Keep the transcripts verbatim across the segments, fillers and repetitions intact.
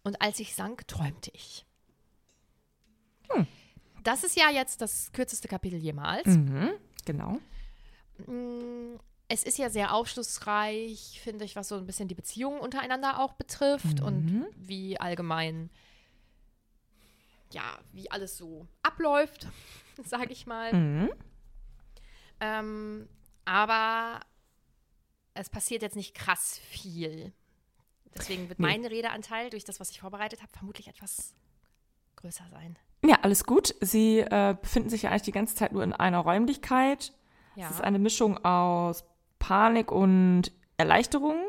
und als ich sank, träumte ich. Hm. Das ist ja jetzt das kürzeste Kapitel jemals. Mhm, genau. Es ist ja sehr aufschlussreich, finde ich, was so ein bisschen die Beziehungen untereinander auch betrifft Mhm. und wie allgemein, ja, wie alles so abläuft, sage ich mal. Mhm. Ähm, aber es passiert jetzt nicht krass viel. Deswegen wird Nee. mein Redeanteil durch das, was ich vorbereitet habe, vermutlich etwas größer sein. Ja, alles gut. Sie äh, befinden sich ja eigentlich die ganze Zeit nur in einer Räumlichkeit. Ja. Es ist eine Mischung aus Panik und Erleichterung.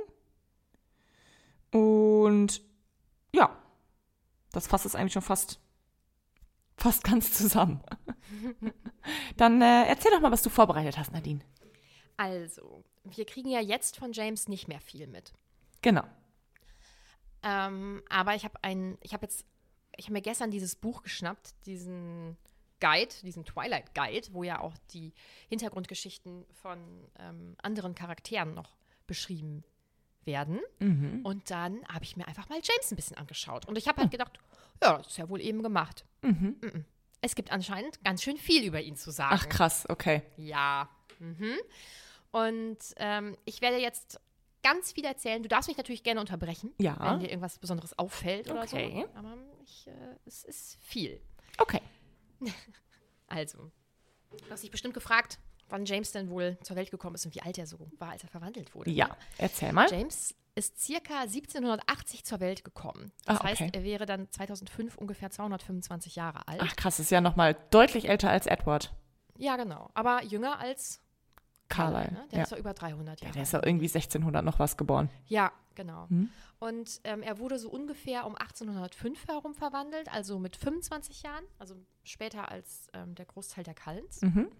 Und ja, das fasst es eigentlich schon fast, fast ganz zusammen. Dann äh, erzähl doch mal, was du vorbereitet hast, Nadine. Also, wir kriegen ja jetzt von James nicht mehr viel mit. Genau. Ähm, aber ich habe ein, ich habe jetzt, ich habe mir gestern dieses Buch geschnappt, diesen Guide, diesen Twilight Guide, wo ja auch die Hintergrundgeschichten von ähm, anderen Charakteren noch beschrieben werden. Mhm. Und dann habe ich mir einfach mal James ein bisschen angeschaut. Und ich habe halt gedacht, ja, das ist ja wohl eben gemacht. Mhm. Mm-mm. Es gibt anscheinend ganz schön viel über ihn zu sagen. Ach krass, okay. Ja. Mhm. Und ähm, ich werde jetzt ganz viel erzählen. Du darfst mich natürlich gerne unterbrechen, Ja. wenn dir irgendwas Besonderes auffällt oder Okay. so. Aber ich, äh, es ist viel. Okay. Also, du hast dich bestimmt gefragt, wann James denn wohl zur Welt gekommen ist und wie alt er so war, als er verwandelt wurde. Ja, erzähl mal. James ist circa siebzehnhundertachtzig zur Welt gekommen. Das Ah, okay. heißt, er wäre dann zweitausendfünf ungefähr zweihundertfünfundzwanzig Jahre alt. Ach krass, ist ja nochmal deutlich älter als Edward Ja, genau. Aber jünger als Carlyle. ne? Der Ja. ist doch über dreihundert Jahre Der ist alt. ja irgendwie sechzehnhundert noch was geboren. Ja, genau. Hm? Und ähm, er wurde so ungefähr um achtzehnhundertfünf herum verwandelt, also mit fünfundzwanzig Jahren, also später als ähm, der Großteil der Cullens. Mhm.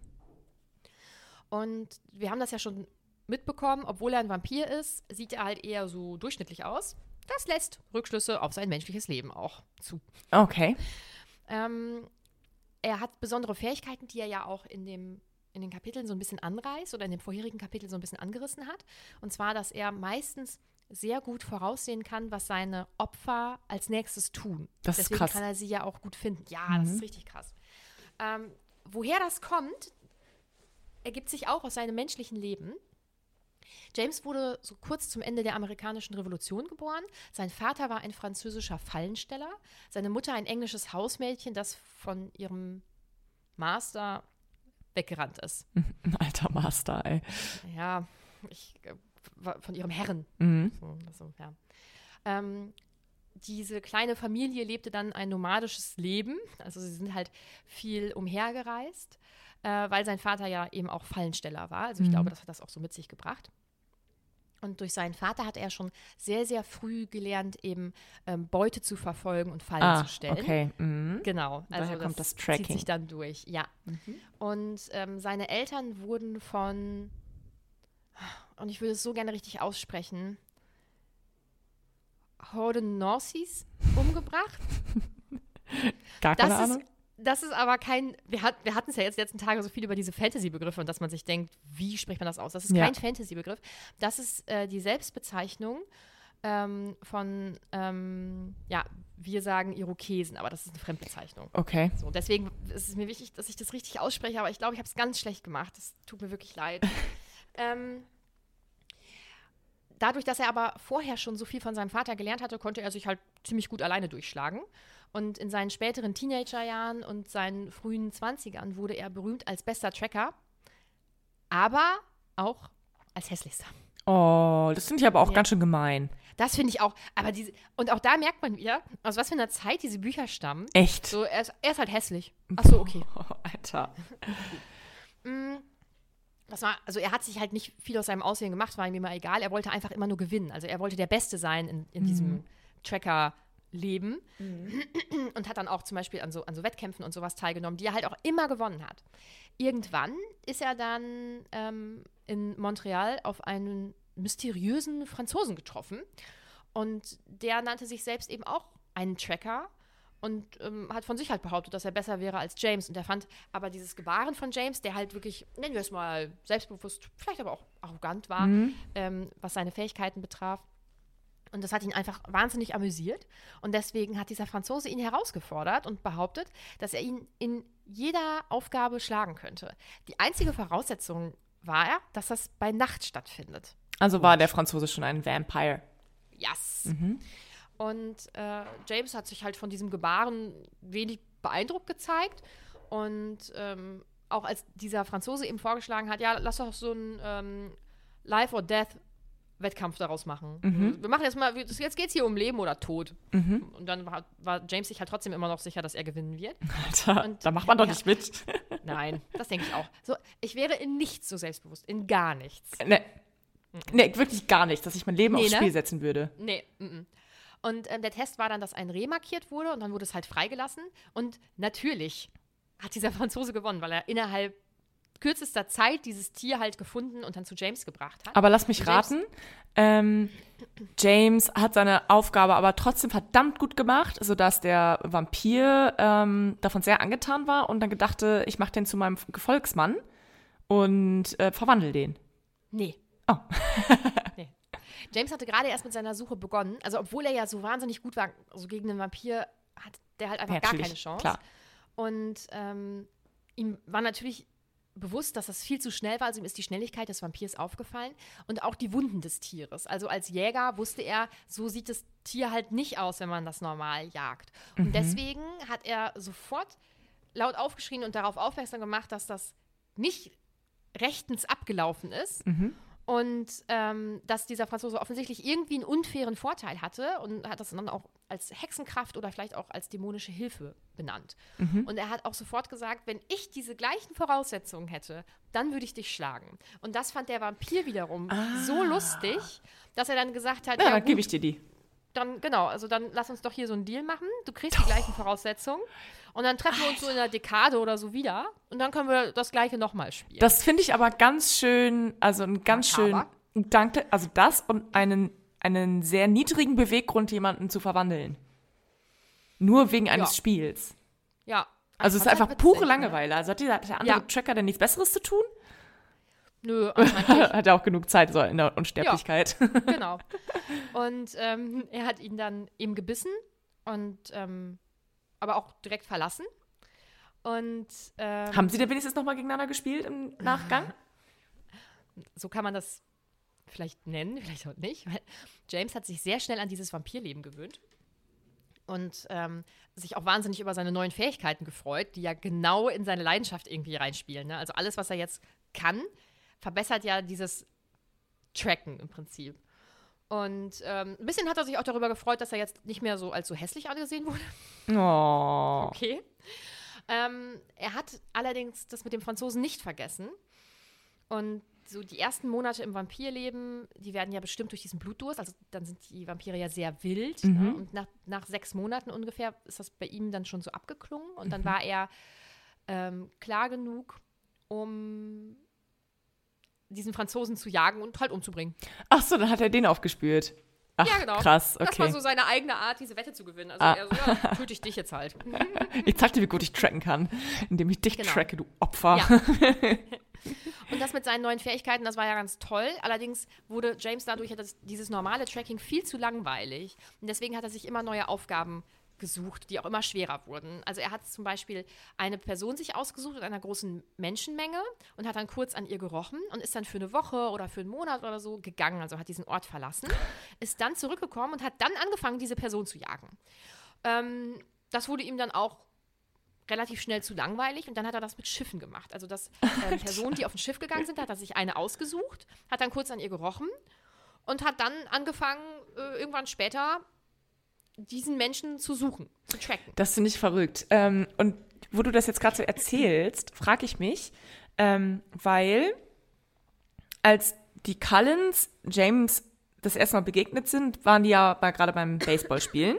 Und wir haben das ja schon mitbekommen, obwohl er ein Vampir ist, sieht er halt eher so durchschnittlich aus. Das lässt Rückschlüsse auf sein menschliches Leben auch zu. Okay. Ähm, er hat besondere Fähigkeiten, die er ja auch in dem in den Kapiteln so ein bisschen anreißt oder in dem vorherigen Kapitel so ein bisschen angerissen hat. Und zwar, dass er meistens sehr gut voraussehen kann, was seine Opfer als nächstes tun. Das ist Deswegen krass. kann er sie ja auch gut finden. Ja, Mhm. das ist richtig krass. Ähm, woher das kommt, ergibt sich auch aus seinem menschlichen Leben. James wurde so kurz zum Ende der amerikanischen Revolution geboren. Sein Vater war ein französischer Fallensteller, seine Mutter ein englisches Hausmädchen, das von ihrem Master weggerannt ist. Ein alter Master, ey. Ja, ich, äh, von ihrem Herren. Mhm. So, also, ja. ähm, diese kleine Familie lebte dann ein nomadisches Leben. Also sie sind halt viel umhergereist, äh, weil sein Vater ja eben auch Fallensteller war. Also ich Mhm. glaube, das hat das auch so mit sich gebracht. Und durch seinen Vater hat er schon sehr, sehr früh gelernt, eben ähm, Beute zu verfolgen und Fallen Ah, zu stellen. okay. Mhm. Genau, also Daher das, kommt das zieht Tracking. sich dann durch, ja. Und ähm, seine Eltern wurden von, und ich würde es so gerne richtig aussprechen, Hodenosis umgebracht. Gar keine Das ist, Ahnung. das ist aber kein, wir, hat, wir hatten es ja jetzt letzten Tage so viel über diese Fantasy-Begriffe und dass man sich denkt, wie spricht man das aus? Das ist Ja. kein Fantasy-Begriff. Das ist äh, die Selbstbezeichnung ähm, von, ähm, ja, wir sagen Irokesen, aber das ist eine Fremdbezeichnung. Okay. So, deswegen ist es mir wichtig, dass ich das richtig ausspreche, aber ich glaube, ich habe es ganz schlecht gemacht. Das tut mir wirklich leid. ähm, dadurch, dass er aber vorher schon so viel von seinem Vater gelernt hatte, konnte er sich halt ziemlich gut alleine durchschlagen. Und in seinen späteren Teenagerjahren und seinen frühen Zwanzigern wurde er berühmt als bester Tracker, aber auch als hässlichster. Oh, das finde ich aber auch Ja. ganz schön gemein. Das finde ich auch, aber diese, und auch da merkt man wieder, aus was für einer Zeit diese Bücher stammen. Echt? So, er ist, er ist halt hässlich. Ach so, okay. Oh, Alter. Mm, Das war, also er hat sich halt nicht viel aus seinem Aussehen gemacht, war ihm immer egal. Er wollte einfach immer nur gewinnen. Also er wollte der Beste sein in, in Mhm. diesem Tracker-Leben und hat dann auch zum Beispiel an so, an so Wettkämpfen und sowas teilgenommen, die er halt auch immer gewonnen hat. Irgendwann ist er dann ähm, in Montreal auf einen mysteriösen Franzosen getroffen und der nannte sich selbst eben auch einen Tracker und ähm, hat von sich halt behauptet, dass er besser wäre als James. Und er fand aber dieses Gebaren von James, der halt wirklich, nennen wir es mal, selbstbewusst, vielleicht aber auch arrogant war, Mhm. ähm, was seine Fähigkeiten betraf, Und das hat ihn einfach wahnsinnig amüsiert. Und deswegen hat dieser Franzose ihn herausgefordert und behauptet, dass er ihn in jeder Aufgabe schlagen könnte. Die einzige Voraussetzung war, dass das bei Nacht stattfindet. Also war der Franzose schon ein Vampire. Yes. Mhm. Und äh, James hat sich halt von diesem Gebaren wenig beeindruckt gezeigt. Und ähm, auch als dieser Franzose ihm vorgeschlagen hat, ja, lass doch so ein ähm, Life or Death Wettkampf daraus machen. Mhm. Wir machen jetzt mal, jetzt geht es hier um Leben oder Tod. Mhm. Und dann war, war James sich halt trotzdem immer noch sicher, dass er gewinnen wird. Alter, Und, da macht man doch ja. nicht mit. Nein, das denke ich auch. So, ich wäre in nichts so selbstbewusst, in gar nichts. Ne, ne, wirklich gar nicht, dass ich mein Leben Nee, aufs ne? Spiel setzen würde. Nee, m-m. Und ähm, der Test war dann, dass ein Reh markiert wurde und dann wurde es halt freigelassen. Und natürlich hat dieser Franzose gewonnen, weil er innerhalb kürzester Zeit dieses Tier halt gefunden und dann zu James gebracht hat. Aber lass mich James- raten, ähm, James hat seine Aufgabe aber trotzdem verdammt gut gemacht, sodass der Vampir ähm, davon sehr angetan war und dann gedachte, ich mache den zu meinem Gefolgsmann und äh, verwandle den. Nee. Oh. nee. James hatte gerade erst mit seiner Suche begonnen. Also obwohl er ja so wahnsinnig gut war, also gegen den Vampir hat der halt einfach Ja, gar natürlich, keine Chance. klar. Und ähm, ihm war natürlich bewusst, dass das viel zu schnell war. Also ihm ist die Schnelligkeit des Vampirs aufgefallen und auch die Wunden des Tieres. Also als Jäger wusste er, so sieht das Tier halt nicht aus, wenn man das normal jagt. Und Mhm. deswegen hat er sofort laut aufgeschrien und darauf aufmerksam gemacht, dass das nicht rechtens abgelaufen ist. Mhm. Und ähm, dass dieser Franzose offensichtlich irgendwie einen unfairen Vorteil hatte und hat das dann auch als Hexenkraft oder vielleicht auch als dämonische Hilfe benannt. Mhm. Und er hat auch sofort gesagt, wenn ich diese gleichen Voraussetzungen hätte, dann würde ich dich schlagen. Und das fand der Vampir wiederum Ah. so lustig, dass er dann gesagt hat, Ja, ja, dann gut, gebe ich dir die. dann genau, also dann lass uns doch hier so einen Deal machen. Du kriegst die gleichen Voraussetzungen und dann treffen wir uns so in einer Dekade oder so wieder und dann können wir das Gleiche nochmal spielen. Das finde ich aber ganz schön, also ein ganz Makaber. schön, danke, also das und einen, einen sehr niedrigen Beweggrund, jemanden zu verwandeln. Nur wegen eines Ja. Spiels. ja. Also es ist fand einfach halt pure witzig, ne? Langeweile. Also hat, dieser, hat der andere Ja. Tracker denn nichts Besseres zu tun? Nö, anscheinend nicht. Hat er auch genug Zeit so in der Unsterblichkeit. Genau. Und ähm, er hat ihn dann eben gebissen und ähm, aber auch direkt verlassen. Und ähm, Haben sie denn wenigstens nochmal gegeneinander gespielt im Nachgang? so kann man das vielleicht nennen, vielleicht auch nicht, weil James hat sich sehr schnell an dieses Vampirleben gewöhnt und ähm, sich auch wahnsinnig über seine neuen Fähigkeiten gefreut, die ja genau in seine Leidenschaft irgendwie reinspielen. Ne? Also alles, was er jetzt kann, verbessert ja dieses Tracken im Prinzip. Und ähm, ein bisschen hat er sich auch darüber gefreut, dass er jetzt nicht mehr so als so hässlich angesehen wurde. Oh. Okay. Ähm, er hat allerdings das mit dem Franzosen nicht vergessen. Und so die ersten Monate im Vampirleben, die werden ja bestimmt durch diesen Blutdurst. Also dann sind die Vampire ja sehr wild. Mhm. Ne? Und nach, nach sechs Monaten ungefähr ist das bei ihm dann schon so abgeklungen. Und dann Mhm. war er ähm, klar genug, um diesen Franzosen zu jagen und halt umzubringen. Ach so, dann hat er den aufgespürt. Ach, Ja, genau. krass, okay. Das war so seine eigene Art, diese Wette zu gewinnen. Also Ah. er so, ja, töte ich dich jetzt halt. Ich zeig dir, wie gut ich tracken kann, indem ich dich Genau. tracke, du Opfer. Ja. Und das mit seinen neuen Fähigkeiten, das war ja ganz toll. Allerdings wurde James dadurch das, dieses normale Tracking viel zu langweilig. Und deswegen hat er sich immer neue Aufgaben gesucht, die auch immer schwerer wurden. Also er hat zum Beispiel eine Person sich ausgesucht in einer großen Menschenmenge und hat dann kurz an ihr gerochen und ist dann für eine Woche oder für einen Monat oder so gegangen, also hat diesen Ort verlassen, ist dann zurückgekommen und hat dann angefangen, diese Person zu jagen. Ähm, das wurde ihm dann auch relativ schnell zu langweilig und dann hat er das mit Schiffen gemacht. Also dass ähm, Personen, die auf ein Schiff gegangen sind, hat er sich eine ausgesucht, hat dann kurz an ihr gerochen und hat dann angefangen, äh, irgendwann später diesen Menschen zu suchen, zu tracken. Das finde ich verrückt. Ähm, und wo du das jetzt gerade so erzählst, frage ich mich, ähm, weil als die Cullens James das erste Mal begegnet sind, waren die ja bei, gerade beim Baseballspielen.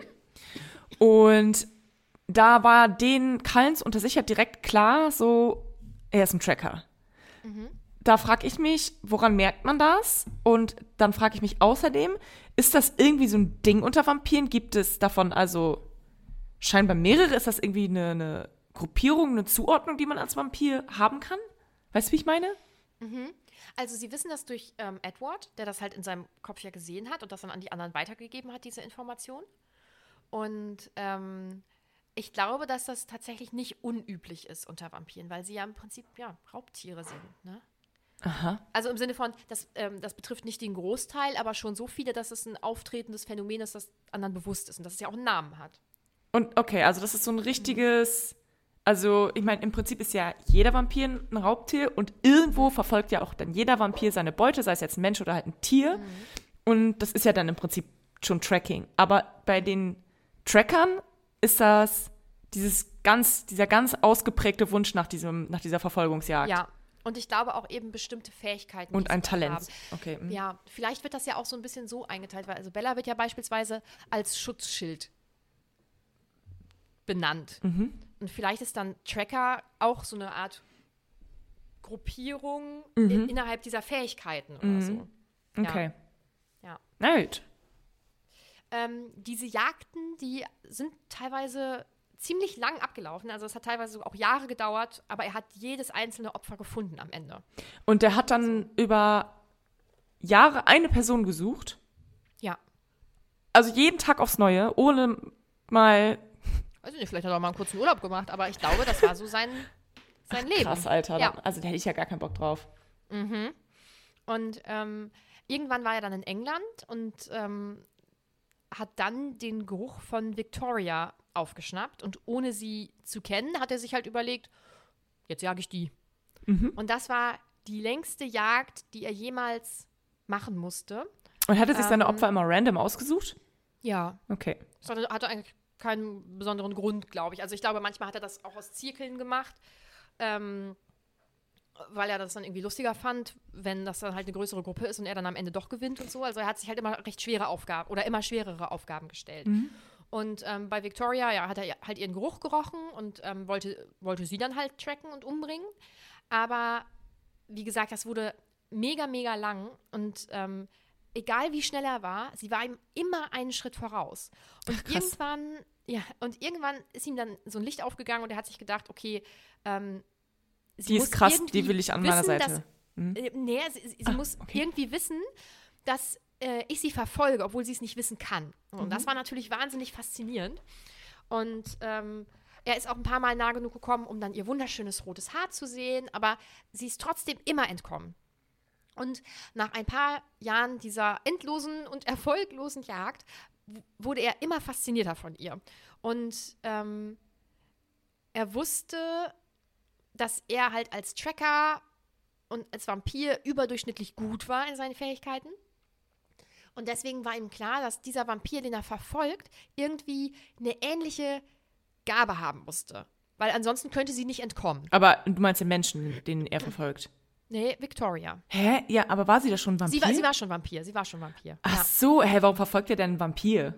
Und da war den Cullens unter sich ja direkt klar, so, er ist ein Tracker. Mhm. Da frage ich mich, woran merkt man das? Und dann frage ich mich außerdem, ist das irgendwie so ein Ding unter Vampiren? Gibt es davon also scheinbar mehrere? Ist das irgendwie eine, eine Gruppierung, eine Zuordnung, die man als Vampir haben kann? Weißt du, wie ich meine? Mhm. Also sie wissen das durch ähm, Edward, der das halt in seinem Kopf ja gesehen hat und das dann an die anderen weitergegeben hat, diese Information. Und ähm, ich glaube, dass das tatsächlich nicht unüblich ist unter Vampiren, weil sie ja im Prinzip ja Raubtiere sind. Ne? Aha. Also im Sinne von, das, ähm, das betrifft nicht den Großteil, aber schon so viele, dass es ein auftretendes Phänomen ist, das anderen bewusst ist und dass es ja auch einen Namen hat. Und okay, also das ist so ein richtiges, also ich meine, im Prinzip ist ja jeder Vampir ein Raubtier und irgendwo verfolgt ja auch dann jeder Vampir seine Beute, sei es jetzt ein Mensch oder halt ein Tier. Mhm. Und das ist ja dann im Prinzip schon Tracking. Aber bei den Trackern ist das dieses ganz, dieser ganz ausgeprägte Wunsch nach, diesem, nach dieser Verfolgungsjagd. Ja, und ich glaube auch eben bestimmte Fähigkeiten. Und ein sie Talent. haben. Okay. Mhm. Ja, vielleicht wird das ja auch so ein bisschen so eingeteilt, weil also Bella wird ja beispielsweise als Schutzschild benannt. Mhm. Und vielleicht ist dann Tracker auch so eine Art Gruppierung Mhm. in, innerhalb dieser Fähigkeiten oder Mhm. so. Okay. Ja. Na gut. Ähm, diese Jagden, die sind teilweise ziemlich lang abgelaufen. Also es hat teilweise auch Jahre gedauert, aber er hat jedes einzelne Opfer gefunden am Ende. Und der hat dann über Jahre eine Person gesucht? Ja. Also jeden Tag aufs Neue, ohne mal... Weiß ich nicht, vielleicht hat er mal einen kurzen Urlaub gemacht, aber ich glaube, das war so sein, sein Leben. Krass, Alter. Ja. Also da hätte ich ja gar keinen Bock drauf. Mhm. Und ähm, irgendwann war er dann in England und ähm, hat dann den Geruch von Victoria aufgeschnappt. Und ohne sie zu kennen, hat er sich halt überlegt, jetzt jage ich die. Mhm. Und das war die längste Jagd, die er jemals machen musste. Und hat er sich Ähm, seine Opfer immer random ausgesucht? Ja. Okay. Das hatte, hatte eigentlich keinen besonderen Grund, glaube ich. Also ich glaube, manchmal hat er das auch aus Zirkeln gemacht, ähm, weil er das dann irgendwie lustiger fand, wenn das dann halt eine größere Gruppe ist und er dann am Ende doch gewinnt und so. Also er hat sich halt immer recht schwere Aufgaben oder immer schwerere Aufgaben gestellt. Mhm. Und ähm, bei Victoria, ja, hat er halt ihren Geruch gerochen und ähm, wollte, wollte sie dann halt tracken und umbringen. Aber wie gesagt, das wurde mega, mega lang und ähm, egal wie schnell er war, sie war ihm immer einen Schritt voraus. Und Ach, krass. irgendwann, ja, und irgendwann ist ihm dann so ein Licht aufgegangen und er hat sich gedacht, okay, ähm, sie Die muss ist krass, irgendwie die will ich an meiner wissen, Seite. Dass, Mhm. äh, nee, sie, sie Ah, muss okay. irgendwie wissen, dass äh, ich sie verfolge, obwohl sie es nicht wissen kann. Und Mhm. das war natürlich wahnsinnig faszinierend. Und ähm, er ist auch ein paar Mal nah genug gekommen, um dann ihr wunderschönes rotes Haar zu sehen, aber sie ist trotzdem immer entkommen. Und nach ein paar Jahren dieser endlosen und erfolglosen Jagd w- wurde er immer faszinierter von ihr. Und ähm, er wusste, dass er halt als Tracker und als Vampir überdurchschnittlich gut war in seinen Fähigkeiten. Und deswegen war ihm klar, dass dieser Vampir, den er verfolgt, irgendwie eine ähnliche Gabe haben musste. Weil ansonsten könnte sie nicht entkommen. Aber du meinst den Menschen, den er verfolgt? Nee, Victoria. Hä? Ja, aber war sie da schon Vampir? Sie war, sie war schon Vampir, sie war schon Vampir. Ach Ja. so, hä, warum verfolgt er denn einen Vampir?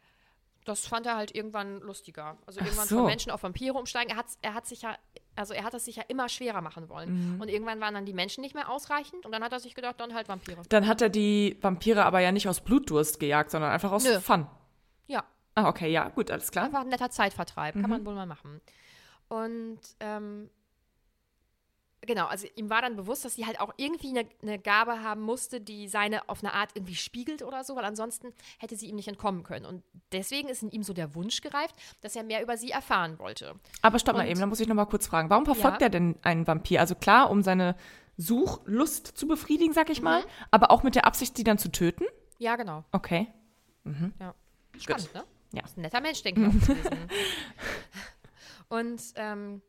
Das fand er halt irgendwann lustiger. Also Ach irgendwann so. von Menschen auf Vampire umsteigen. Er hat, er hat sich ja, also er hat es sich ja immer schwerer machen wollen. Mhm. Und irgendwann waren dann die Menschen nicht mehr ausreichend und dann hat er sich gedacht, dann halt Vampire. Dann hat er die Vampire aber ja nicht aus Blutdurst gejagt, sondern einfach aus Nö. Fun. Ja, Ah, okay, ja, gut, alles klar. einfach ein netter Zeitvertreib. Kann Mhm. man wohl mal machen. Und ähm, genau, also ihm war dann bewusst, dass sie halt auch irgendwie eine, eine Gabe haben musste, die seine auf eine Art irgendwie spiegelt oder so, weil ansonsten hätte sie ihm nicht entkommen können. Und deswegen ist in ihm so der Wunsch gereift, dass er mehr über sie erfahren wollte. Aber stopp mal Und- eben, da muss ich noch mal kurz fragen. Warum verfolgt Ja. er denn einen Vampir? Also klar, um seine Suchlust zu befriedigen, sag ich mal, Mhm. aber auch mit der Absicht, sie dann zu töten? Ja, genau. Okay. Mhm. Spannend, ne? Ja. Ist ein netter Mensch, denke ich auch gewesen. Und, ähm,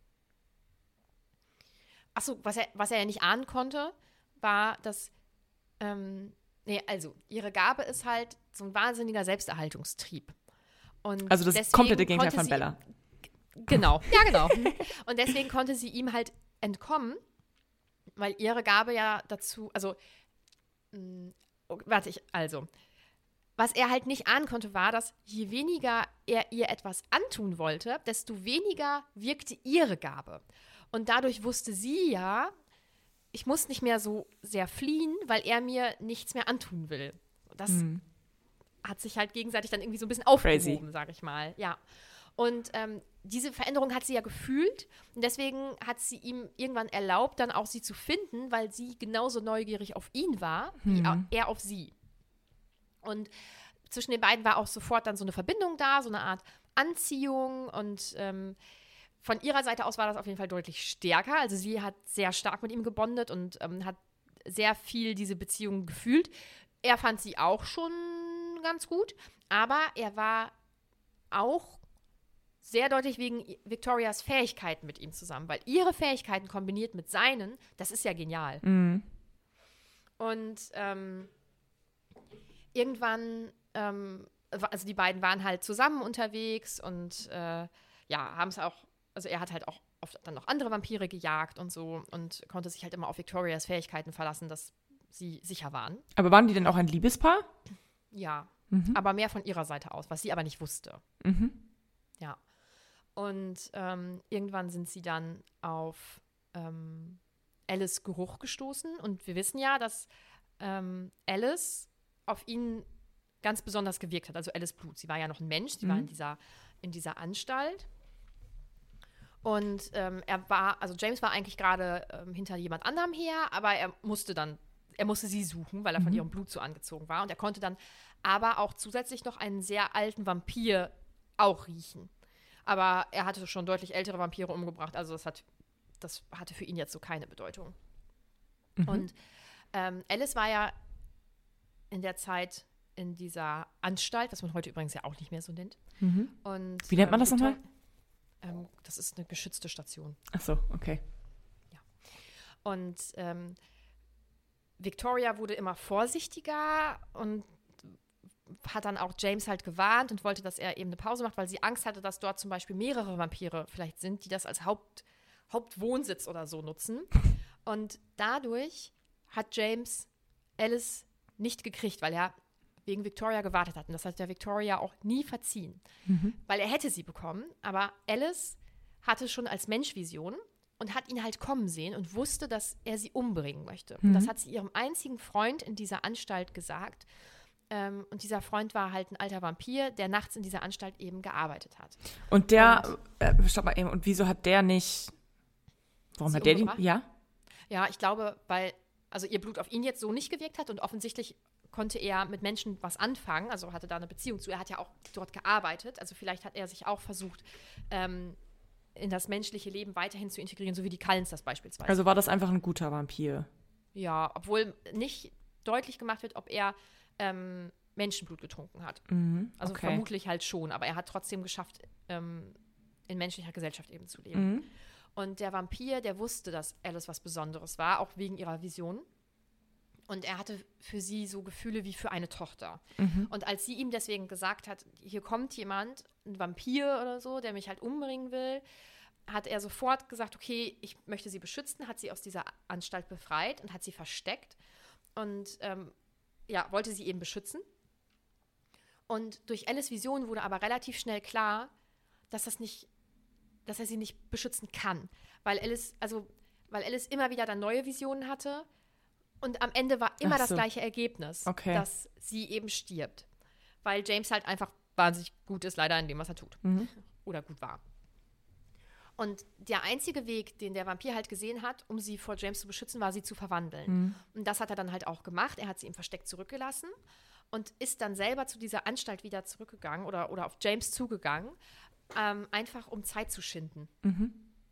achso, was er, was er ja nicht ahnen konnte, war, dass, ähm, nee, also, ihre Gabe ist halt so ein wahnsinniger Selbsterhaltungstrieb. Und Also das deswegen komplette Gegenteil konnte von sie- Bella. Genau, ja, genau. Und deswegen konnte sie ihm halt entkommen, weil ihre Gabe ja dazu, also, mh, oh, warte ich, also, was er halt nicht ahnen konnte, war, dass je weniger er ihr etwas antun wollte, desto weniger wirkte ihre Gabe. Und dadurch wusste sie ja, ich muss nicht mehr so sehr fliehen, weil er mir nichts mehr antun will. Das Mhm. hat sich halt gegenseitig dann irgendwie so ein bisschen aufgehoben, Crazy. sag ich mal. Ja. Und ähm, diese Veränderung hat sie ja gefühlt und deswegen hat sie ihm irgendwann erlaubt, dann auch sie zu finden, weil sie genauso neugierig auf ihn war, wie Hm. er auf sie. Und zwischen den beiden war auch sofort dann so eine Verbindung da, so eine Art Anziehung und ähm, von ihrer Seite aus war das auf jeden Fall deutlich stärker. Also sie hat sehr stark mit ihm gebondet und ähm, hat sehr viel diese Beziehung gefühlt. Er fand sie auch schon ganz gut, aber er war auch sehr deutlich wegen Victorias Fähigkeiten mit ihm zusammen, weil ihre Fähigkeiten kombiniert mit seinen, das ist ja genial. Mhm. Und ähm, irgendwann, ähm, also die beiden waren halt zusammen unterwegs und äh, ja, haben es auch, also er hat halt auch oft dann noch andere Vampire gejagt und so und konnte sich halt immer auf Victorias Fähigkeiten verlassen, dass sie sicher waren. Aber waren die denn auch ein Liebespaar? Ja, Mhm. aber mehr von ihrer Seite aus, was sie aber nicht wusste. Mhm. Ja. Und ähm, irgendwann sind sie dann auf ähm, Alice Geruch gestoßen. Und wir wissen ja, dass ähm, Alice auf ihn ganz besonders gewirkt hat. Also Alice Blut. Sie war ja noch ein Mensch. Sie Mhm. war in dieser, in dieser Anstalt. Und ähm, er war, also James war eigentlich gerade ähm, hinter jemand anderem her, aber er musste dann, er musste sie suchen, weil er von Mhm. ihrem Blut so angezogen war. Und er konnte dann aber auch zusätzlich noch einen sehr alten Vampir auch riechen. Aber er hatte schon deutlich ältere Vampire umgebracht, also das, hat, das hatte für ihn jetzt so keine Bedeutung. Mhm. Und ähm, Alice war ja in der Zeit in dieser Anstalt, was man heute übrigens ja auch nicht mehr so nennt. Mhm. Und, Wie nennt man ähm, das nochmal? Ähm, das ist eine geschützte Station. Ach so, okay. Und ähm, Victoria wurde immer vorsichtiger und hat dann auch James halt gewarnt und wollte, dass er eben eine Pause macht, weil sie Angst hatte, dass dort zum Beispiel mehrere Vampire vielleicht sind, die das als Haupt, Hauptwohnsitz oder so nutzen. Und dadurch hat James Alice nicht gekriegt, weil er wegen Victoria gewartet hat. Und das hat der Victoria auch nie verziehen. Mhm. Weil er hätte sie bekommen, aber Alice hatte schon als Mensch Vision und hat ihn halt kommen sehen und wusste, dass er sie umbringen möchte. Mhm. Und das hat sie ihrem einzigen Freund in dieser Anstalt gesagt. Ähm, und dieser Freund war halt ein alter Vampir, der nachts in dieser Anstalt eben gearbeitet hat. Und der, äh, stopp mal eben, und wieso hat der nicht, warum Sie hat der die, umgebracht? ja? Ja, ich glaube, weil also ihr Blut auf ihn jetzt so nicht gewirkt hat und offensichtlich konnte er mit Menschen was anfangen, also hatte da eine Beziehung zu. Er hat ja auch dort gearbeitet, also vielleicht hat er sich auch versucht, ähm, in das menschliche Leben weiterhin zu integrieren, so wie die Cullens das beispielsweise. Also war das einfach ein guter Vampir? Ja, obwohl nicht deutlich gemacht wird, ob er ähm, Menschenblut getrunken hat. Mhm. Also Okay. vermutlich halt schon, aber er hat trotzdem geschafft, ähm, in menschlicher Gesellschaft eben zu leben. Mhm. Und der Vampir, der wusste, dass Alice was Besonderes war, auch wegen ihrer Vision. Und er hatte für sie so Gefühle wie für eine Tochter. Mhm. Und als sie ihm deswegen gesagt hat, hier kommt jemand, ein Vampir oder so, der mich halt umbringen will, hat er sofort gesagt, okay, ich möchte sie beschützen, hat sie aus dieser Anstalt befreit und hat sie versteckt und ähm, ja, wollte sie eben beschützen. Und durch Alice Vision wurde aber relativ schnell klar, dass das nicht, dass er sie nicht beschützen kann. Weil Alice, also, weil Alice immer wieder dann neue Visionen hatte und am Ende war immer Ach das so. gleiche Ergebnis, Okay. dass sie eben stirbt. Weil James halt einfach wahnsinnig gut ist, leider in dem, was er tut. Mhm. Oder gut war. Und der einzige Weg, den der Vampir halt gesehen hat, um sie vor James zu beschützen, war, sie zu verwandeln. Mhm. Und das hat er dann halt auch gemacht. Er hat sie im Versteck zurückgelassen und ist dann selber zu dieser Anstalt wieder zurückgegangen oder, oder auf James zugegangen, ähm, einfach um Zeit zu schinden. Mhm.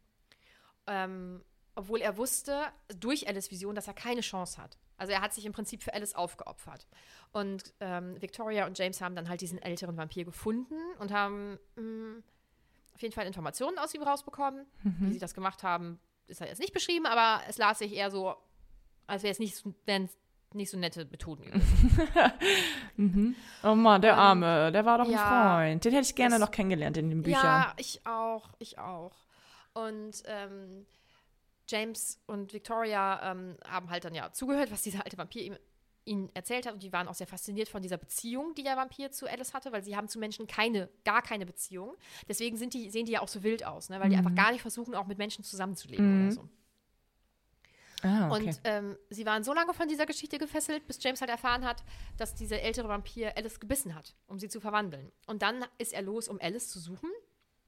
Ähm, obwohl er wusste, durch Alice Vision, dass er keine Chance hat. Also er hat sich im Prinzip für Alice aufgeopfert. Und ähm, Victoria und James haben dann halt diesen älteren Vampir gefunden und haben mh, auf jeden Fall Informationen aus ihm rausbekommen. Wie sie das gemacht haben, ist halt jetzt nicht beschrieben, aber es las sich eher so, als wäre es nicht so, wären es nicht so nette Methoden gewesen. Mhm. Oh Mann, der Und- Arme, der war doch ein Ja, Freund. Den hätte ich gerne das- noch kennengelernt in den Büchern. Ja, ich auch, ich auch. Und ähm, James und Victoria ähm, haben halt dann ja zugehört, was dieser alte Vampir ihm, ihnen erzählt hat. Und die waren auch sehr fasziniert von dieser Beziehung, die der Vampir zu Alice hatte, weil sie haben zu Menschen keine, gar keine Beziehung. Deswegen sind die, sehen die ja auch so wild aus, ne? Weil die Mhm. einfach gar nicht versuchen, auch mit Menschen zusammenzuleben Mhm. oder so. Ah, okay. Und ähm, sie waren so lange von dieser Geschichte gefesselt, bis James halt erfahren hat, dass dieser ältere Vampir Alice gebissen hat, um sie zu verwandeln. Und dann ist er los, um Alice zu suchen.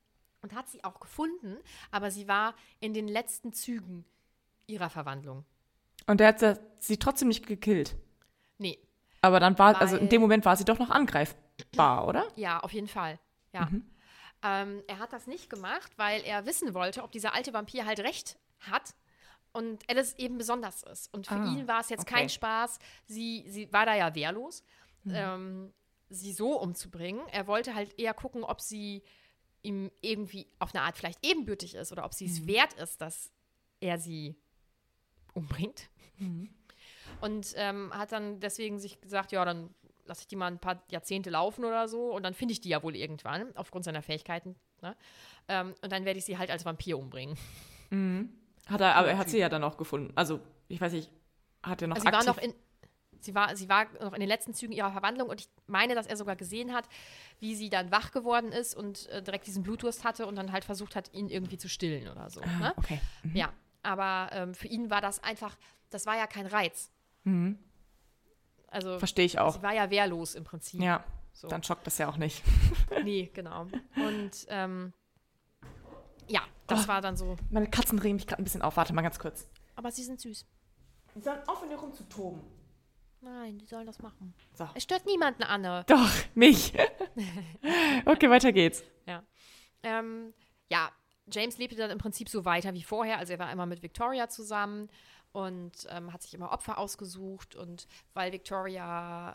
und hat sie auch gefunden, aber sie war in den letzten Zügen ihrer Verwandlung. Und der hat sie trotzdem nicht gekillt? Nee. Aber dann war, Weil, also in dem Moment war sie doch noch angreifbar, oder? Ja, auf jeden Fall. Ja. Mhm. Ähm, er hat das nicht gemacht, weil er wissen wollte, ob dieser alte Vampir halt recht hat und Alice eben besonders ist. Und für Ah, ihn war es jetzt okay. kein Spaß. Sie, sie war da ja wehrlos, mhm. ähm, sie so umzubringen. Er wollte halt eher gucken, ob sie ihm irgendwie auf eine Art vielleicht ebenbürtig ist oder ob sie es mhm. wert ist, dass er sie umbringt. Mhm. Und ähm, hat dann deswegen sich gesagt, ja, dann lasse ich die mal ein paar Jahrzehnte laufen oder so und dann finde ich die ja wohl irgendwann, aufgrund seiner Fähigkeiten. Ne? Ähm, und dann werde ich sie halt als Vampir umbringen. Mhm. Hat er, aber er hat sie ja dann auch gefunden. Also, ich weiß nicht, hat er noch also sie aktiv... War noch in, sie, war, sie war noch in den letzten Zügen ihrer Verwandlung und ich meine, dass er sogar gesehen hat, wie sie dann wach geworden ist und äh, direkt diesen Blutdurst hatte und dann halt versucht hat, ihn irgendwie zu stillen oder so. Ah, ne? Okay. Mhm. Ja, aber ähm, für ihn war das einfach, das war ja kein Reiz. Mhm. Also, verstehe ich auch. Sie war ja wehrlos im Prinzip. Ja, so. Dann schockt das ja auch nicht. Nee, genau. Und ähm, ja, das oh, war dann so. Meine Katzen regen mich gerade ein bisschen auf. Warte mal ganz kurz. Aber sie sind süß. Die sollen aufhören, hier rumzutoben. Nein, die sollen das machen. So. Es stört niemanden, Anne. Doch, mich. Okay, weiter geht's. Ja. Ähm, ja, James lebte dann im Prinzip so weiter wie vorher. Also er war immer mit Victoria zusammen und ähm, hat sich immer Opfer ausgesucht. Und weil Victoria,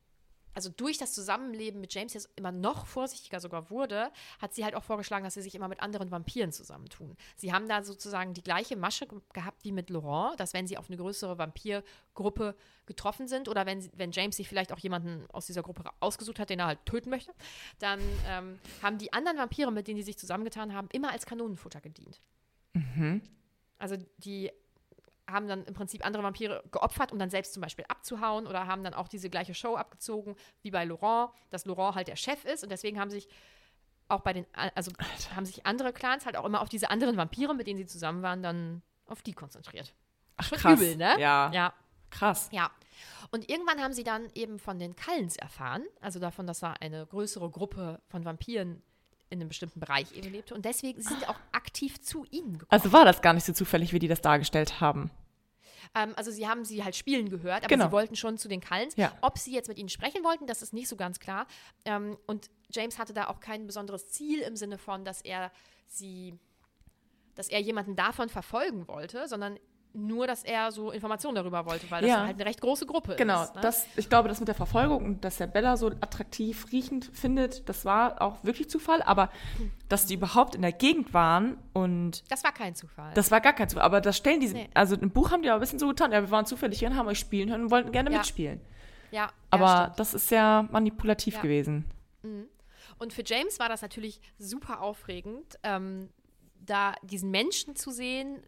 also durch das Zusammenleben mit James jetzt immer noch vorsichtiger sogar wurde, hat sie halt auch vorgeschlagen, dass sie sich immer mit anderen Vampiren zusammentun. Sie haben da sozusagen die gleiche Masche ge- gehabt wie mit Laurent, dass wenn sie auf eine größere Vampirgruppe getroffen sind oder wenn, sie, wenn James sich vielleicht auch jemanden aus dieser Gruppe ausgesucht hat, den er halt töten möchte, dann ähm, haben die anderen Vampire, mit denen sie sich zusammengetan haben, immer als Kanonenfutter gedient. Mhm. Also die haben dann im Prinzip andere Vampire geopfert, um dann selbst zum Beispiel abzuhauen oder haben dann auch diese gleiche Show abgezogen wie bei Laurent, dass Laurent halt der Chef ist und deswegen haben sich auch bei den, also Alter. haben sich andere Clans halt auch immer auf diese anderen Vampire, mit denen sie zusammen waren, dann auf die konzentriert. Ach, Schon krass. übel, ne? Ja. Ja. Krass. Ja. Und irgendwann haben sie dann eben von den Cullens erfahren, also davon, dass da eine größere Gruppe von Vampiren in einem bestimmten Bereich eben lebte. Und deswegen sind sie auch aktiv zu ihnen gekommen. Also war das gar nicht so zufällig, wie die das dargestellt haben. Ähm, also sie haben sie halt spielen gehört, aber genau. sie wollten schon zu den Cullens. Ja. Ob sie jetzt mit ihnen sprechen wollten, das ist nicht so ganz klar. Ähm, und James hatte da auch kein besonderes Ziel im Sinne von, dass er sie, dass er jemanden davon verfolgen wollte, sondern nur, dass er so Informationen darüber wollte, weil das ja. halt eine recht große Gruppe genau. ist. Genau, ne? Ich glaube, das mit der Verfolgung und dass der Bella so attraktiv riechend findet, das war auch wirklich Zufall, aber dass die überhaupt in der Gegend waren und... Das war kein Zufall. Das war gar kein Zufall, aber das stellen die... Nee. Also im Buch haben die aber ein bisschen so getan, ja, wir waren zufällig hier und haben euch spielen hören und wollten gerne ja. mitspielen. Ja, aber ja, das ist ja manipulativ ja. gewesen. Mhm. Und für James war das natürlich super aufregend, ähm, da diesen Menschen zu sehen,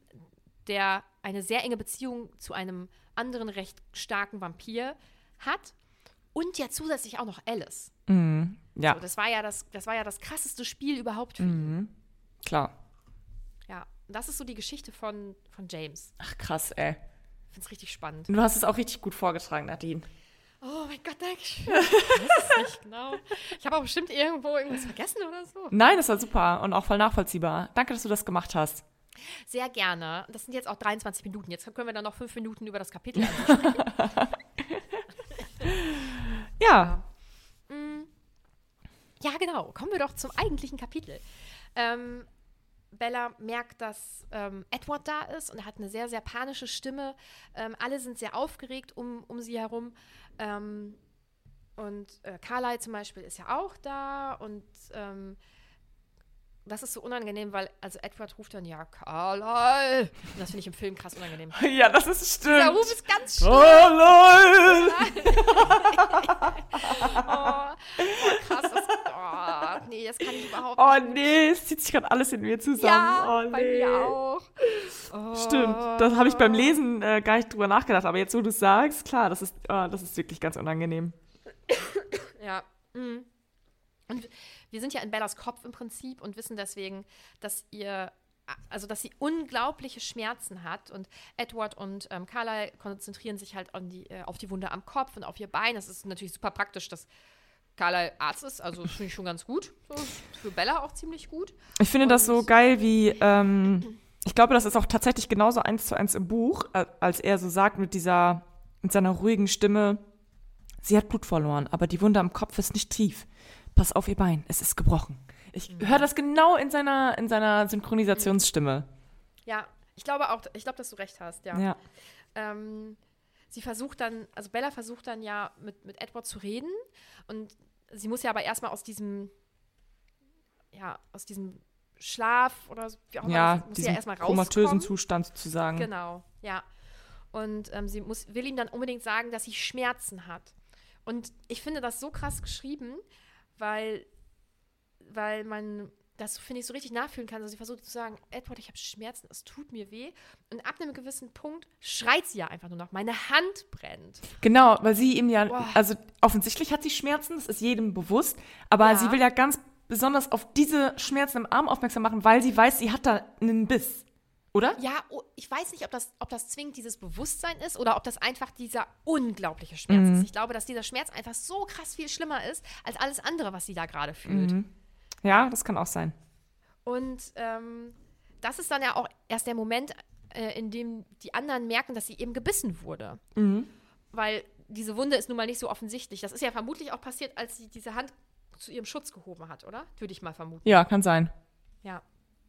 der eine sehr enge Beziehung zu einem anderen recht starken Vampir hat und ja zusätzlich auch noch Alice. Mhm. Ja. So, das war ja das, das war ja das krasseste Spiel überhaupt für ihn. Mhm. Klar. Ja, und das ist so die Geschichte von, von James. Ach krass, ey. Ich finde es richtig spannend. Du hast es auch richtig gut vorgetragen, Nadine. Oh mein Gott, danke schön. Ich weiß es nicht genau. Ich habe auch bestimmt irgendwo irgendwas vergessen oder so. Nein, das war super und auch voll nachvollziehbar. Danke, dass du das gemacht hast. Sehr gerne. Das sind jetzt auch dreiundzwanzig Minuten. Jetzt können wir dann noch fünf Minuten über das Kapitel sprechen. Ja. Ja. Ja, genau. Kommen wir doch zum eigentlichen Kapitel. Ähm, Bella merkt, dass ähm, Edward da ist und er hat eine sehr, sehr panische Stimme. Ähm, alle sind sehr aufgeregt um, um sie herum. Ähm, und äh, Carlyle zum Beispiel ist ja auch da und ähm, das ist so unangenehm, weil, also Edward ruft dann, ja, Carlyle. Und das finde ich im Film krass unangenehm. Ja, das ist stimmt. Der Ruf ist ganz schlimm. Carlyle! oh, oh, krass. Das, oh, nee, das kann ich überhaupt Oh nicht. nee, es zieht sich gerade alles in mir zusammen. Ja, oh, nee. bei mir auch. Oh. Stimmt, das habe ich beim Lesen äh, gar nicht drüber nachgedacht. Aber jetzt, wo du es sagst, klar, das ist, oh, das ist wirklich ganz unangenehm. Ja. Mhm. Und wir sind ja in Bellas Kopf im Prinzip und wissen deswegen, dass ihr, also dass sie unglaubliche Schmerzen hat. Und Edward und ähm, Carlyle konzentrieren sich halt an die, äh, auf die Wunde am Kopf und auf ihr Bein. Das ist natürlich super praktisch, dass Carlyle Arzt ist, also das finde ich schon ganz gut. So, für Bella auch ziemlich gut. Ich finde Und das so geil, wie, ähm, ich glaube, das ist auch tatsächlich genauso eins zu eins im Buch, als er so sagt mit dieser, mit seiner ruhigen Stimme, sie hat Blut verloren, aber die Wunde am Kopf ist nicht tief. Pass auf ihr Bein, es ist gebrochen. Ich mhm. höre das genau in seiner, in seiner Synchronisationsstimme. Ja, ich glaube auch, ich glaube, dass du recht hast, ja. Ja. Ähm, sie versucht dann, also Bella versucht dann ja mit, mit Edward zu reden und sie muss ja aber erstmal aus diesem, ja, aus diesem Schlaf oder so, wie auch immer, ja, muss sie diesen ja erstmal rauskommen. komatösen Zustand sozusagen. Genau, ja. Und ähm, sie muss, will ihm dann unbedingt sagen, dass sie Schmerzen hat. Und ich finde das so krass geschrieben, weil, weil man das, finde ich, so richtig nachfühlen kann. Also sie versucht zu sagen, Edward, ich habe Schmerzen, es tut mir weh. Und ab einem gewissen Punkt schreit sie ja einfach nur noch, meine Hand brennt. Genau, weil sie ihm ja, Boah. also offensichtlich hat sie Schmerzen, das ist jedem bewusst, aber Ja. sie will ja ganz besonders auf diese Schmerzen im Arm aufmerksam machen, weil sie weiß, sie hat da einen Biss. Oder? Ja, oh, ich weiß nicht, ob das, ob das zwingend dieses Bewusstsein ist oder ob das einfach dieser unglaubliche Schmerz Mhm. ist. Ich glaube, dass dieser Schmerz einfach so krass viel schlimmer ist, als alles andere, was sie da gerade fühlt. Mhm. Ja, das kann auch sein. Und ähm, das ist dann ja auch erst der Moment, äh, in dem die anderen merken, dass sie eben gebissen wurde. Mhm. Weil diese Wunde ist nun mal nicht so offensichtlich. Das ist ja vermutlich auch passiert, als sie diese Hand zu ihrem Schutz gehoben hat, oder? Würde ich mal vermuten. Ja, kann sein. Ja.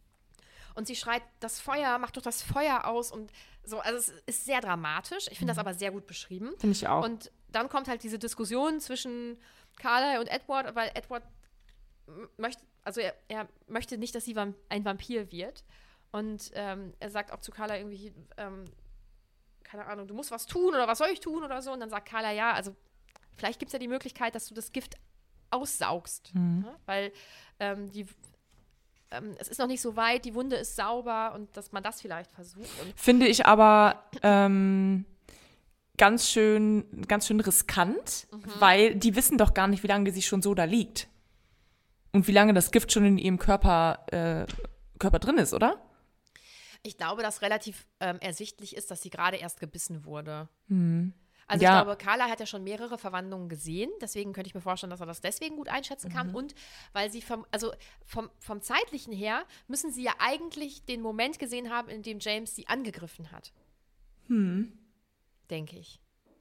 Und sie schreit, das Feuer, mach doch das Feuer aus und so. Also es ist sehr dramatisch. Ich finde das aber sehr gut beschrieben. Finde ich auch. Und dann kommt halt diese Diskussion zwischen Carlyle und Edward, weil Edward m- möchte, also er, er möchte nicht, dass sie vam- ein Vampir wird. Und ähm, er sagt auch zu Carlyle irgendwie, ähm, keine Ahnung, du musst was tun oder was soll ich tun oder so. Und dann sagt Carlyle, ja, also vielleicht gibt es ja die Möglichkeit, dass du das Gift aussaugst. Mhm. Ne? Weil ähm, die ähm, es ist noch nicht so weit, die Wunde ist sauber und dass man das vielleicht versucht. Und Finde ich aber ähm, ganz schön, ganz schön riskant, Mhm. weil die wissen doch gar nicht, wie lange sie schon so da liegt. Und wie lange das Gift schon in ihrem Körper, äh, Körper drin ist, oder? ich glaube, dass relativ ähm, ersichtlich ist, dass sie gerade erst gebissen wurde. Hm. Also Ja. ich glaube, Carla hat ja schon mehrere Verwandlungen gesehen, deswegen könnte ich mir vorstellen, dass er das deswegen gut einschätzen kann. Mhm. Und weil sie vom, also vom, vom zeitlichen her müssen sie ja eigentlich den Moment gesehen haben, in dem James sie angegriffen hat. Hm. Denke ich.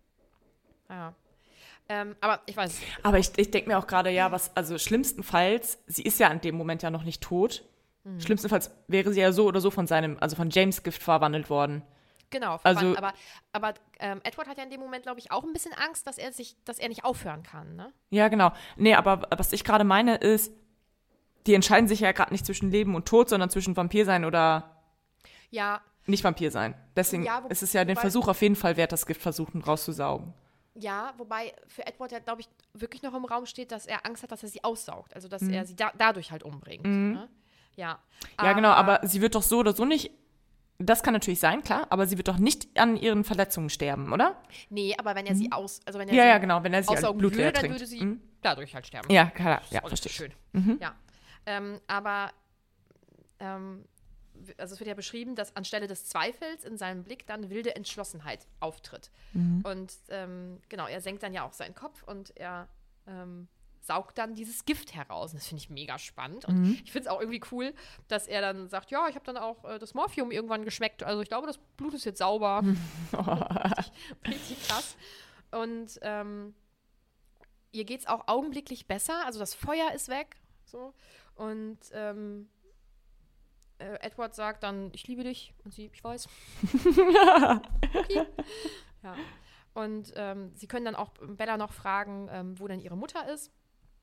Ja. Ähm, aber ich weiß es nicht. Aber ich, ich denke mir auch gerade, ja, was, also schlimmstenfalls, sie ist ja in dem Moment ja noch nicht tot. Mhm. Schlimmstenfalls wäre sie ja so oder so von seinem, also von James Gift verwandelt worden. Genau, Also- verwandt. aber, aber ähm, Edward hat ja in dem Moment, glaube ich, auch ein bisschen Angst, dass er sich, dass er nicht aufhören kann, ne? Ja, genau. Nee, aber was ich gerade meine ist, die entscheiden sich ja gerade nicht zwischen Leben und Tod, sondern zwischen Vampir sein oder Ja, nicht Vampir sein. Deswegen Ja, wo- ist es ja den wobei- Versuch auf jeden Fall wert, das Gift versuchen rauszusaugen. ja, wobei für Edward ja, glaube ich, wirklich noch im Raum steht, dass er Angst hat, dass er sie aussaugt. Also, dass Mhm. er sie da, dadurch halt umbringt. Ne? Ja. Ja, genau, aber sie wird doch so oder so nicht, das kann natürlich sein, klar, aber sie wird doch nicht an ihren Verletzungen sterben, oder? Nee, aber wenn er sie aus, also wenn er Ja, sie ja, genau, wenn er sie als aussaugen Blut würde, leer dann trinkt. würde sie Mhm. dadurch halt sterben. Ja, klar, ja, Also, verstehe. schön. Mhm. Ja. Ähm, aber ähm, w- also es wird ja beschrieben, dass anstelle des Zweifels in seinem Blick dann wilde Entschlossenheit auftritt. Mhm. Und ähm, genau, er senkt dann ja auch seinen Kopf und er ähm, saugt dann dieses Gift heraus. Und das finde ich mega spannend. Und Mhm. ich finde es auch irgendwie cool, dass er dann sagt, ja, ich habe dann auch äh, das Morphium irgendwann geschmeckt. Also ich glaube, das Blut ist jetzt sauber. richtig, richtig krass. Und ähm, ihr geht es auch augenblicklich besser. Also das Feuer ist weg. So. Und ähm, äh, Edward sagt dann, ich liebe dich. Und sie, ich weiß. Okay. Ja. Und ähm, sie können dann auch Bella noch fragen, ähm, wo denn ihre Mutter ist.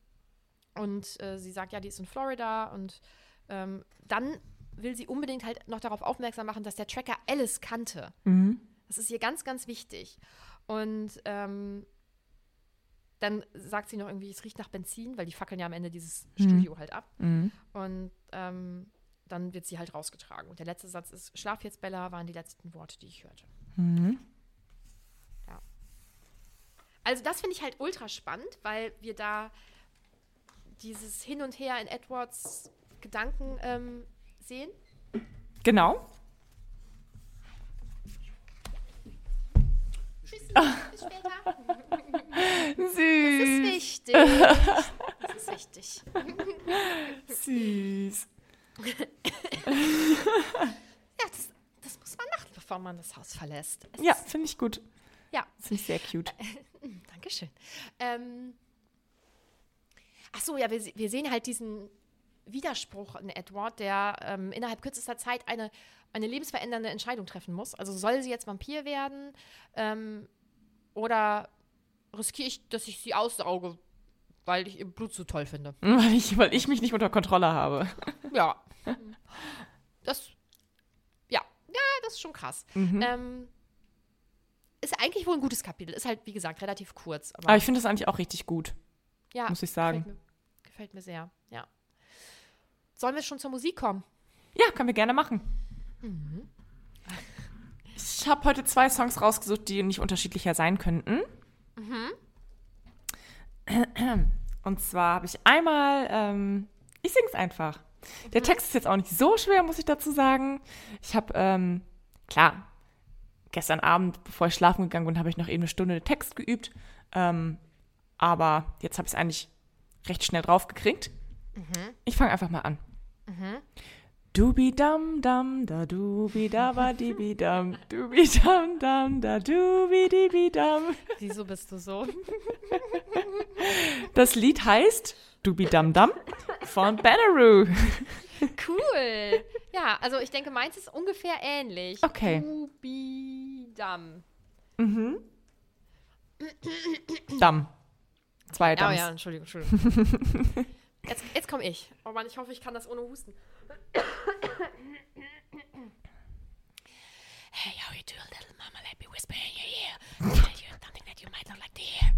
Und äh, sie sagt, ja, die ist in Florida. Und ähm, dann will sie unbedingt halt noch darauf aufmerksam machen, dass der Tracker Alice kannte. Mhm. Das ist ihr ganz, ganz wichtig. Und ähm, dann sagt sie noch irgendwie, es riecht nach Benzin, weil die fackeln ja am Ende dieses Mhm. Studio halt ab. Mhm. Und ähm, dann wird sie halt rausgetragen. Und der letzte Satz ist, Schlaf jetzt, Bella, waren die letzten Worte, die ich hörte. Mhm. Also das finde ich halt ultra spannend, weil wir da dieses Hin und Her in Edwards Gedanken ähm, sehen. Genau. Tschüssi, bis später. Das ist Süß. wichtig. richtig. Das ist richtig. Süß. Ja, das, das muss man machen, bevor man das Haus verlässt. Es Ja, ist- finde ich gut. Ja. Finde ich sehr cute. Dankeschön. Ähm, ach so, ja, wir, se- wir sehen halt diesen Widerspruch in Edward, der ähm, innerhalb kürzester Zeit eine, eine lebensverändernde Entscheidung treffen muss. Also soll sie jetzt Vampir werden ähm, oder riskiere ich, dass ich sie aussauge, weil ich ihr Blut so toll finde? Weil ich, weil ich mich nicht unter Kontrolle habe. Ja. Das, ja, ja, das ist schon krass. Mhm. Ähm, ist eigentlich wohl ein gutes Kapitel. Ist halt, wie gesagt, relativ kurz. Aber, Aber ich finde das eigentlich auch richtig gut. ja, muss ich sagen. Gefällt mir, gefällt mir sehr, ja. Sollen wir schon zur Musik kommen? Ja, können wir gerne machen. Mhm. Ich habe heute zwei Songs rausgesucht, die nicht unterschiedlicher sein könnten. Mhm. Und zwar habe ich einmal, ähm, ich sing's einfach. Der Mhm. Text ist jetzt auch nicht so schwer, muss ich dazu sagen. Ich habe, ähm, klar, gestern Abend, bevor ich schlafen gegangen bin, habe ich noch eben eine Stunde Text geübt. Ähm, aber jetzt habe ich es eigentlich recht schnell drauf gekriegt. Mhm. Ich fange einfach mal an. Mhm. Dubi-dam, dam, da dubi-daba-dibi-dam, dubi-dam, dam, da dubi-dibi-dam. Wieso bist du so? Das Lied heißt Dubi-dam-dam von Banneroo. Cool. Ja, also ich denke, meins ist ungefähr ähnlich. Okay. Dubidam. Mhm. Dam. Zwei Oh Dams. ja, Entschuldigung, Entschuldigung. Jetzt, jetzt komme ich. Oh Mann, ich hoffe, ich kann das ohne Husten. Hey, how you doing, little mama? Let me whisper in your ear. Tell you something that you might not like to hear.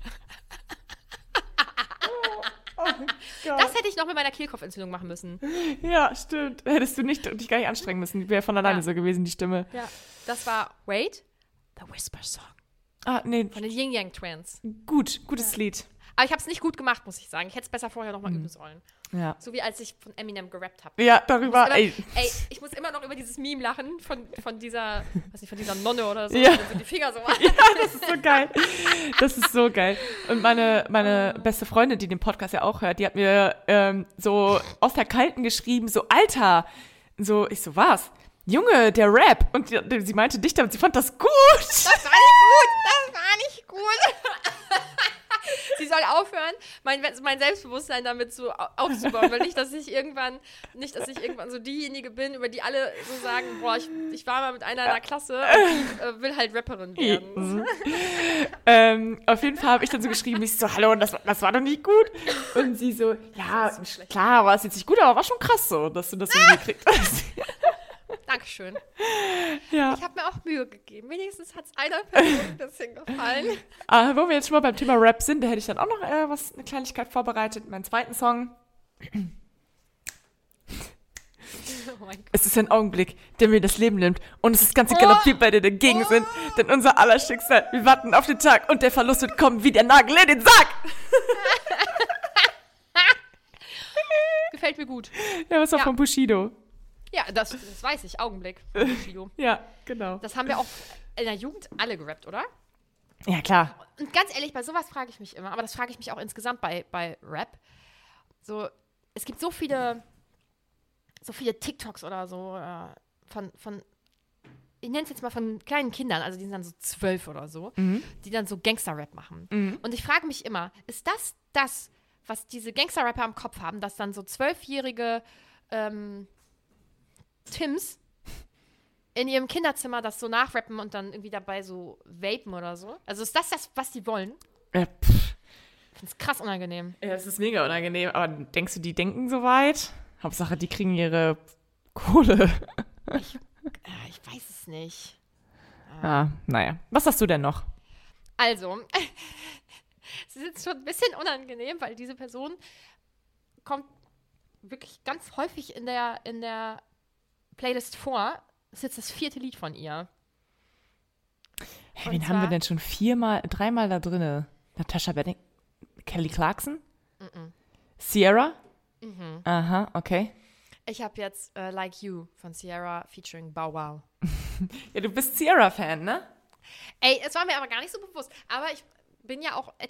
Das hätte ich noch mit meiner Kehlkopfentzündung machen müssen. Ja, stimmt. Hättest du nicht, dich gar nicht anstrengen müssen. Wäre von alleine Ja. so gewesen, die Stimme. Ja. Das war Wait, The Whisper Song Ah, nee, von den Yin Yang Twins. gut. Gutes Lied. Aber ich habe es nicht gut gemacht, muss ich sagen. Ich hätte es besser vorher noch mal üben sollen. Ja. So wie als ich von Eminem gerappt habe. Ja, darüber, Immer, ey. ey, ich muss immer noch über dieses Meme lachen von, von dieser, weiß nicht, von dieser Nonne oder so, Ja. die so die Finger so macht. Ja, das ist so geil. Das ist so geil. Und meine, meine beste Freundin, die den Podcast ja auch hört, die hat mir ähm, so aus der Kalten geschrieben, so, Alter, so, ich so, was? Junge, der Rap. Und die, sie meinte dich damit, sie fand das gut. Das war nicht gut, das war nicht gut. Sie soll aufhören, mein, mein Selbstbewusstsein damit so au- aufzubauen, weil nicht, dass ich irgendwann, nicht, dass ich irgendwann so diejenige bin, über die alle so sagen, boah, ich, ich war mal mit einer in der Klasse und die äh, will halt Rapperin werden. ähm, auf jeden Fall habe ich dann so geschrieben, ich so, hallo, das, war- das war doch nicht gut. Und sie so, ja, so schlecht. klar, war es jetzt nicht gut, aber war schon krass so, dass du das so hingekriegt hast. Dankeschön. Ja. Ich habe mir auch Mühe gegeben. Wenigstens hat es einer Person ein bisschen gefallen. Ah, wo wir jetzt schon mal beim Thema Rap sind, da hätte ich dann auch noch äh, was, eine Kleinigkeit vorbereitet. Meinen zweiten Song. Oh mein Gott. Es ist ein Augenblick, der mir das Leben nimmt. Und es ist ganz egal, ob wir beide dagegen sind. Denn unser aller Schicksal, wir warten auf den Tag. Und der Verlust wird kommen wie der Nagel in den Sack. Gefällt mir gut. Ja, was war Ja. von Bushido. Ja, das, das weiß ich. Augenblick. von Bushido. Ja, genau. Das haben wir auch in der Jugend alle gerappt, oder? Ja, klar. Und ganz ehrlich, bei sowas frage ich mich immer, aber das frage ich mich auch insgesamt bei, bei Rap. So, es gibt so viele, so viele TikToks oder so äh, von, von, ich nenne es jetzt mal von kleinen Kindern, also die sind dann so zwölf oder so, Mhm. die dann so Gangster-Rap machen. Mhm. Und ich frage mich immer, ist das das, was diese Gangster-Rapper im Kopf haben, dass dann so zwölfjährige ähm, Tims in ihrem Kinderzimmer das so nachrappen und dann irgendwie dabei so vapen oder so? Also ist das das, was die wollen? Ja, pff. Ich finde es krass unangenehm. Ja, es ist mega unangenehm. Aber denkst du, die denken so weit? Hauptsache, die kriegen ihre Kohle. Äh, ich weiß es nicht. Ah, naja. Was hast du denn noch? Also, es ist jetzt schon ein bisschen unangenehm, weil diese Person kommt wirklich ganz häufig in der, in der Playlist vor. Das ist jetzt das vierte Lied von ihr. Hey, Und wen haben wir zwar- denn schon viermal, dreimal da drinne? Natasha Beding, Kelly Clarkson? Mhm. Sierra? Mhm. Aha, okay. Ich habe jetzt äh, Like You von Sierra featuring Bow Wow. Ja, du bist Sierra-Fan, ne? Ey, es war mir aber gar nicht so bewusst. Aber ich bin ja auch etwas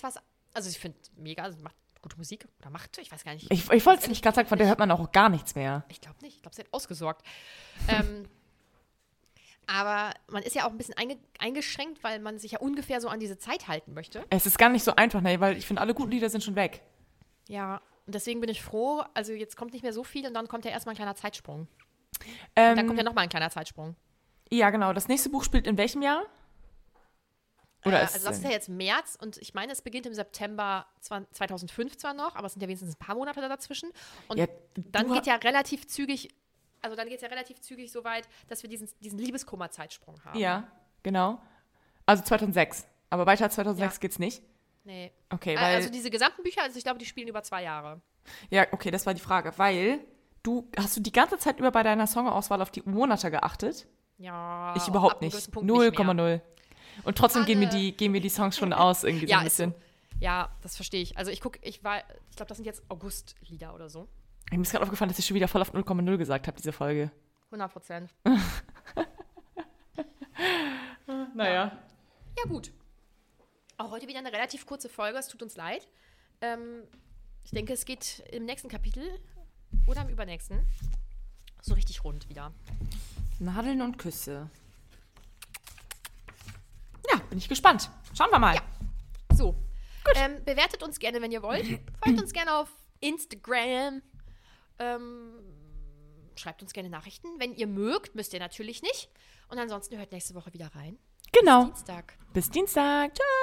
Also ich finde mega, sie macht gute Musik. Oder macht, ich weiß gar nicht. Ich, ich wollte es nicht gerade sagen, von der hört man auch gar nichts mehr. Ich glaube nicht. Ich glaube, sie hat ausgesorgt. ähm, aber man ist ja auch ein bisschen einge- eingeschränkt, weil man sich ja ungefähr so an diese Zeit halten möchte. Es ist gar nicht so einfach, ne, weil ich finde, alle guten Lieder sind schon weg. Ja, und deswegen bin ich froh, also jetzt kommt nicht mehr so viel und dann kommt ja erstmal ein kleiner Zeitsprung. Ähm, und dann kommt ja nochmal ein kleiner Zeitsprung. Ja, genau. Das nächste Buch spielt in welchem Jahr? Oder Äh, ist, also das ist ja jetzt März und ich meine, es beginnt im September zweitausendfünf zwar noch, aber es sind ja wenigstens ein paar Monate dazwischen. Und Ja, dann du geht ja relativ zügig, also dann geht es ja relativ zügig so weit, dass wir diesen, diesen Liebeskummer-Zeitsprung haben. Ja, genau. Also zweitausendsechs. Aber weiter als zweitausendsechs Ja. geht's nicht? Nee. Okay, weil... Also diese gesamten Bücher, also ich glaube, die spielen über zwei Jahre. Ja, okay, das war die Frage. Weil du, hast du die ganze Zeit über bei deiner Songauswahl auf die Monate geachtet? Ja. Ich ab überhaupt einem nicht. gewissen Punkt null nicht Komma mehr. null. Und trotzdem gehen mir, Anne. die, gehen mir die Songs schon aus irgendwie so Ja, ein ist so. bisschen. Ja, das verstehe ich. Also ich gucke, ich war, ich glaube, das sind jetzt August-Lieder oder so. Ich mir ist gerade aufgefallen, dass ich schon wieder voll auf null Komma null gesagt habe, diese Folge. hundert Prozent. Naja. Ja, gut. Auch heute wieder eine relativ kurze Folge. Es tut uns leid. Ähm, ich denke, es geht im nächsten Kapitel oder im übernächsten so richtig rund wieder. Nadeln und Küsse. Ja, bin ich gespannt. Schauen wir mal. Ja. So. Ähm, bewertet uns gerne, wenn ihr wollt. Folgt uns gerne auf Instagram. Ähm, schreibt uns gerne Nachrichten. Wenn ihr mögt, müsst ihr natürlich nicht. Und ansonsten hört nächste Woche wieder rein. Genau. Bis Dienstag. Bis Dienstag. Ciao.